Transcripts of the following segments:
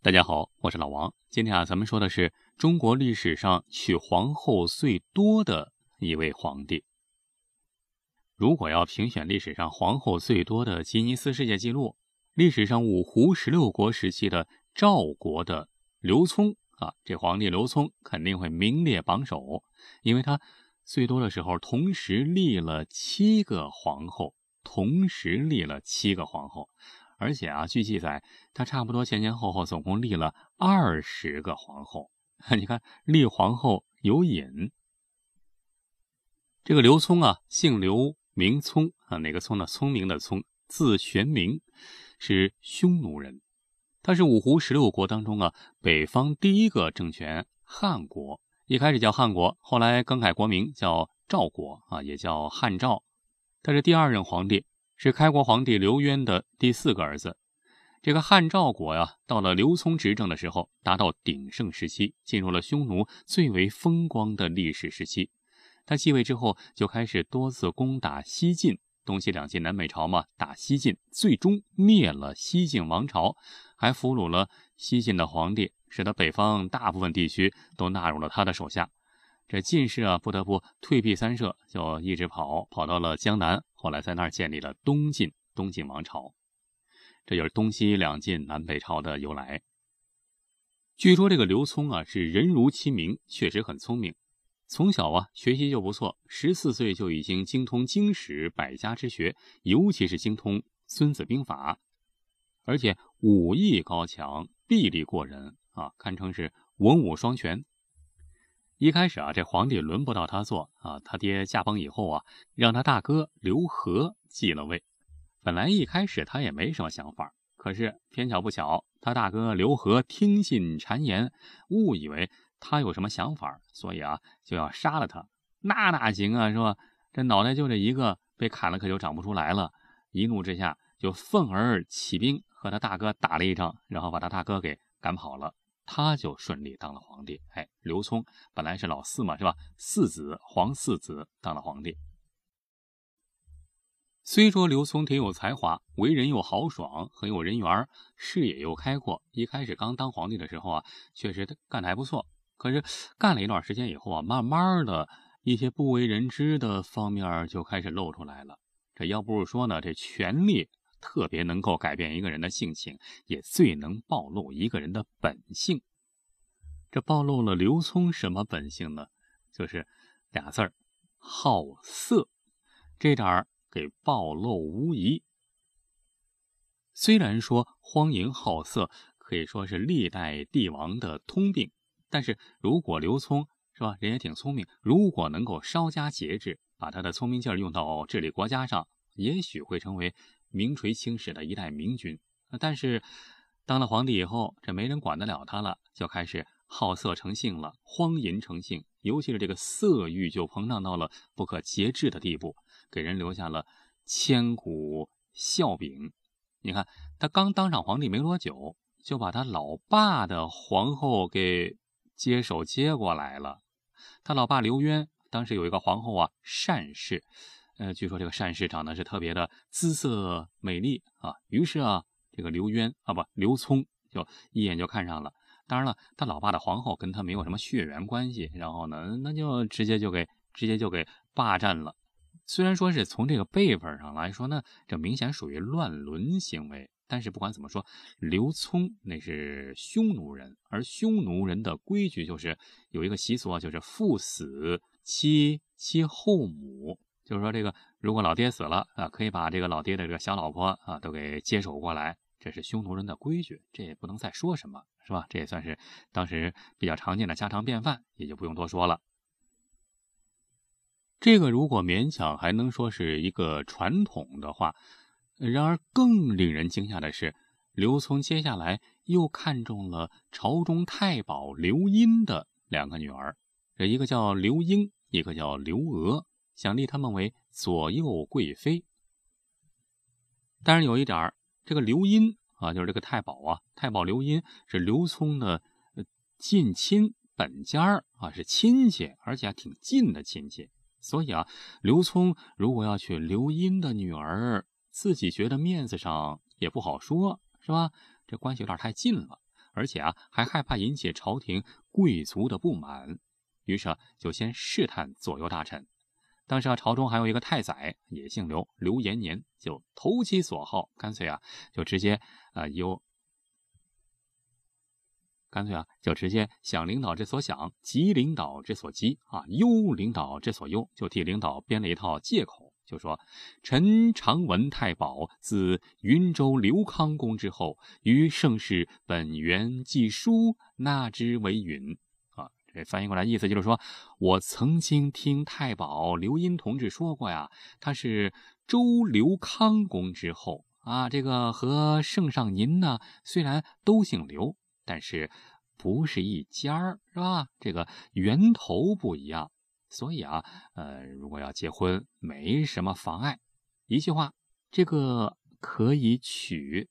大家好，我是老王。今天咱们说的是中国历史上娶皇后最多的一位皇帝。如果要评选历史上皇后最多的吉尼斯世界纪录，历史上五胡16国时期的赵国的刘聪这皇帝刘聪肯定会名列榜首，因为他最多的时候同时立了7个皇后，而且据记载，他差不多前后总共立了20个皇后。你看，立皇后有瘾。这个刘聪姓刘，名聪哪个聪呢？聪明的聪，字玄明，是匈奴人。他是五胡16国当中北方第一个政权汉国，一开始叫汉国，后来更改国名叫赵国也叫汉赵。他是第2任皇帝，是开国皇帝刘渊的第4个儿子。这个汉赵国到了刘聪执政的时候，达到鼎盛时期，进入了匈奴最为风光的历史时期。他继位之后，就开始多次攻打西晋，东西两晋南北朝打西晋，最终灭了西晋王朝，还俘虏了西晋的皇帝，使得北方大部分地区都纳入了他的手下。这晋士不得不退避三舍，就一直跑到了江南，后来在那儿建立了东晋王朝。这就是东西两晋南北朝的由来。据说这个刘聪是人如其名，确实很聪明。从小学习就不错，14岁就已经精通经史百家之学，尤其是精通孙子兵法，而且武艺高强，臂力过人堪称是文武双全。一开始这皇帝轮不到他做他爹驾崩以后让他大哥刘和继了位。本来一开始他也没什么想法，可是偏巧不巧，他大哥刘和听信谗言，误以为他有什么想法，所以就要杀了他。那哪行是吧？这脑袋就这一个，被砍了可就长不出来了。一怒之下就愤而起兵，和他大哥打了一仗，然后把他大哥给赶跑了，他就顺利当了皇帝。刘聪本来是老四嘛，是吧？皇四子当了皇帝。虽说刘聪挺有才华，为人又豪爽，很有人缘，视野又开阔，一开始刚当皇帝的时候确实干得还不错。可是干了一段时间以后慢慢的一些不为人知的方面就开始露出来了。这要不是说呢，这权力特别能够改变一个人的性情，也最能暴露一个人的本性。这暴露了刘聪什么本性呢？就是俩字儿，好色。这点给暴露无遗。虽然说荒淫好色可以说是历代帝王的通病，但是如果刘聪是吧，人也挺聪明，如果能够稍加节制，把他的聪明劲儿用到治理国家上，也许会成为名垂青史的一代明君。但是当了皇帝以后，这没人管得了他了，就开始好色成性了，荒淫成性，尤其是这个色欲就膨胀到了不可节制的地步，给人留下了千古笑柄。你看他刚当上皇帝没多久，就把他老爸的皇后给接过来了。他老爸刘渊当时有一个皇后单氏，据说这个单氏长得是特别的姿色美丽于是这个刘聪就一眼就看上了。当然了，他老爸的皇后跟他没有什么血缘关系，然后呢，那就直接就给霸占了。虽然说是从这个辈分上来说呢，这明显属于乱伦行为，但是不管怎么说，刘聪那是匈奴人，而匈奴人的规矩就是有一个习俗就是父死妻后母，就是说这个如果老爹死了可以把这个老爹的这个小老婆都给接手过来，这是匈奴人的规矩，这也不能再说什么，是吧？这也算是当时比较常见的家常便饭，也就不用多说了。这个如果勉强还能说是一个传统的话，然而更令人惊讶的是，刘聪接下来又看中了朝中太保刘胤的2个女儿，这一个叫刘英，一个叫刘娥，想立他们为左右贵妃。但是有一点，这个刘胤就是这个太保太保刘胤是刘聪的近亲本家是亲戚，而且挺近的亲戚。所以刘聪如果要娶刘胤的女儿，自己觉得面子上也不好说，是吧？这关系有点太近了。 而且还害怕引起朝廷贵族的不满，于是就先试探左右大臣。当时朝中还有一个太宰，也姓刘，刘延年，就投其所好，干脆就直接想领导之所想，急领导之所急忧领导之所忧，就替领导编了一套借口，就说臣常闻太保自云州刘康公之后，于盛世本源记书，纳之为允。这翻译过来意思就是说，我曾经听太保刘殷同志说过呀，他是周刘康公之后这个和圣上您呢，虽然都姓刘，但是不是一家是吧？这个源头不一样，所以如果要结婚，没什么妨碍。一句话，这个可以娶。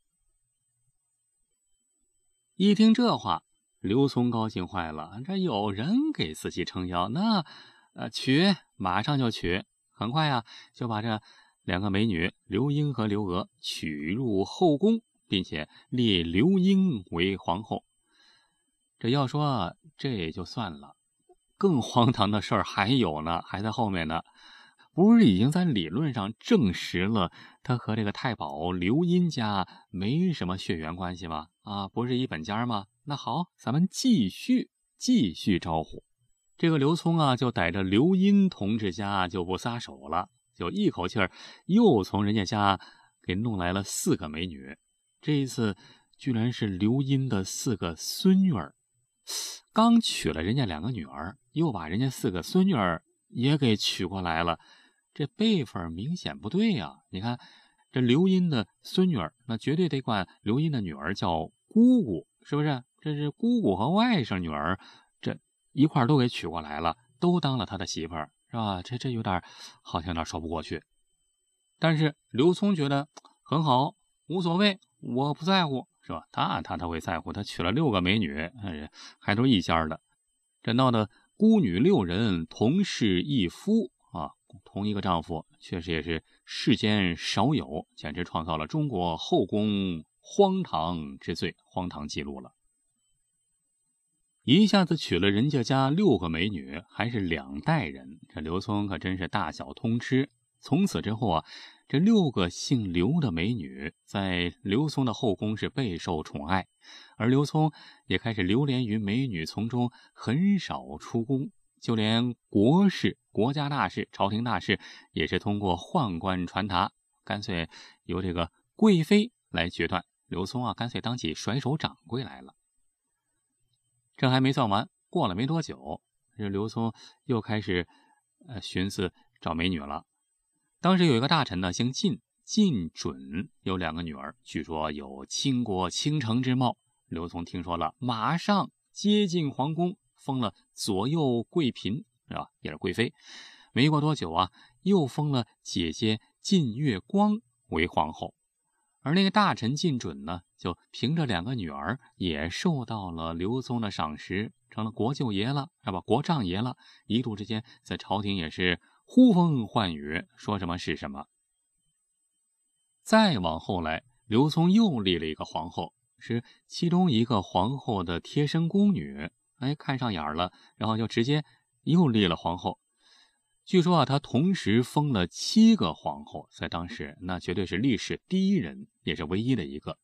一听这话，刘聪高兴坏了，这有人给自己撑腰，那娶，马上就娶。很快就把这2个美女刘英和刘娥娶入后宫，并且立刘英为皇后。这要说这也就算了，更荒唐的事儿还有呢，还在后面呢。不是已经在理论上证实了他和这个太保刘殷家没什么血缘关系吗？不是一本家吗？那好，咱们继续招呼。这个刘聪就逮着刘殷同志家就不撒手了，就一口气又从人家家给弄来了4个美女。这一次居然是刘殷的4个孙女儿，刚娶了人家2个女儿，又把人家4个孙女儿也给娶过来了，这辈分明显不对呀。你看这刘殷的孙女儿，那绝对得管刘殷的女儿叫姑姑，是不是？这是姑姑和外甥女儿，这一块都给娶过来了，都当了他的媳妇儿，是吧？这有点好像有点说不过去。但是刘聪觉得很好，无所谓，我不在乎，是吧？他会在乎，他娶了6个美女，还都是一家的。这闹得孤女6人同室一夫同一个丈夫，确实也是世间少有，简直创造了中国后宫荒唐之最，荒唐记录了。一下子娶了人家6个美女，还是2代人，这刘聪可真是大小通吃。从此之后这6个姓刘的美女在刘聪的后宫是备受宠爱，而刘聪也开始流连于美女丛中，很少出宫，就连国事、国家大事、朝廷大事也是通过宦官传达，干脆由这个贵妃来决断。刘聪干脆当起甩手掌柜来了。这还没算完，过了没多久，这刘聪又开始寻思找美女了。当时有一个大臣呢，姓靳，靳准，有2个女儿，据说有倾国倾城之貌。刘聪听说了，马上接进皇宫，封了左右贵嫔，是吧？也是贵妃。没过多久又封了姐姐靳月光为皇后。而那个大臣靳准呢，就凭着2个女儿也受到了刘聪的赏识，成了国舅爷了，国丈爷了。一度之间在朝廷也是呼风唤雨，说什么是什么。再往后来，刘聪又立了一个皇后，是其中一个皇后的贴身宫女，看上眼了，然后就直接又立了皇后。据说他同时封了7个皇后，在当时那绝对是历史第一人，也是唯一的一个。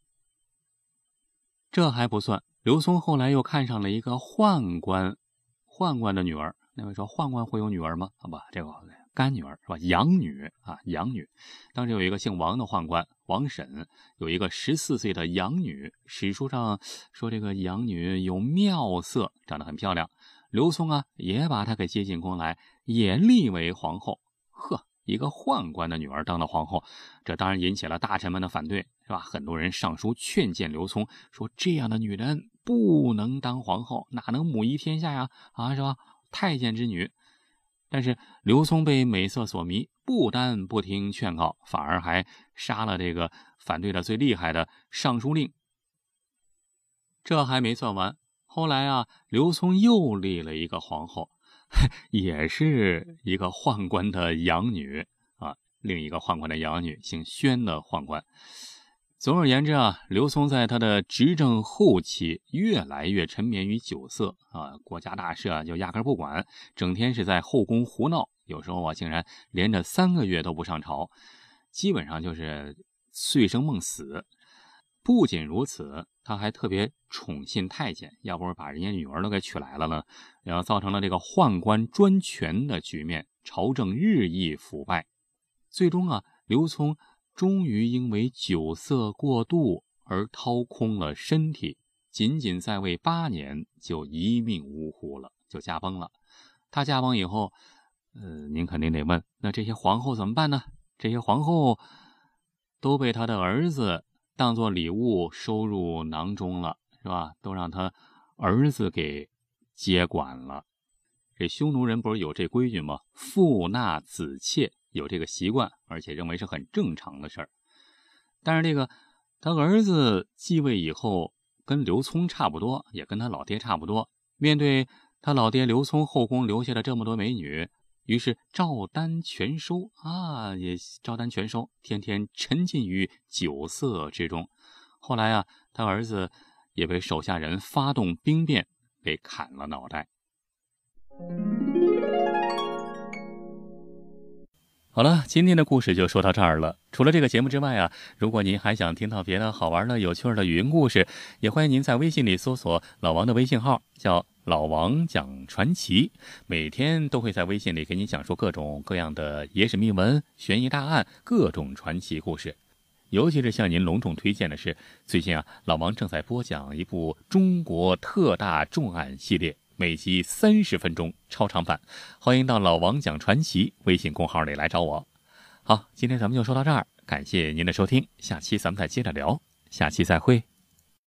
这还不算，刘聪后来又看上了一个宦官的女儿。那位说宦官会有女儿吗？这个干女儿是吧？养女。当时有一个姓王的宦官王审，有一个14岁的养女，史书上说这个养女有妙色，长得很漂亮。刘聪也把她给接进宫来，也立为皇后。一个宦官的女儿当了皇后，这当然引起了大臣们的反对，是吧？很多人上书劝谏刘聪，说这样的女人不能当皇后，哪能母仪天下呀？是吧？太监之女。但是刘聪被美色所迷，不但不听劝告，反而还杀了这个反对的最厉害的尚书令。这还没算完，后来刘聪又立了一个皇后，也是一个宦官的养女另一个宦官的养女，姓宣的宦官。 总而言之啊，刘聪在他的执政后期越来越沉湎于酒色啊，国家大事啊就压根不管，整天是在后宫胡闹，有时候啊竟然连着3个月都不上朝，基本上就是醉生梦死。不仅如此，他还特别宠信太监，要不是把人家女儿都给娶来了呢，然后造成了这个宦官专权的局面，朝政日益腐败。最终啊，刘聪终于因为酒色过度而掏空了身体，仅仅在位8年就一命呜呼了，就驾崩了。他驾崩以后，您肯定得问，那这些皇后怎么办呢？这些皇后都被他的儿子当作礼物收入囊中了，是吧？都让他儿子给接管了。这匈奴人不是有这规矩吗？父纳子妾，有这个习惯，而且认为是很正常的事儿。但是这个他儿子继位以后，跟刘聪差不多，也跟他老爹差不多。面对他老爹刘聪后宫留下的这么多美女，于是照单全收啊，也照单全收，天天沉浸于酒色之中。后来啊，他儿子也被手下人发动兵变，给砍了脑袋。好了，今天的故事就说到这儿了。除了这个节目之外啊，如果您还想听到别的好玩的、有趣的语音故事，也欢迎您在微信里搜索老王的微信号，叫老王讲传奇，每天都会在微信里给你讲述各种各样的野史秘闻、悬疑大案、各种传奇故事。尤其是向您隆重推荐的是，最近啊，老王正在播讲一部中国特大重案系列，每集30分钟超长版，欢迎到老王讲传奇微信公号里来找我。好，今天咱们就说到这儿，感谢您的收听，下期咱们再接着聊，下期再会。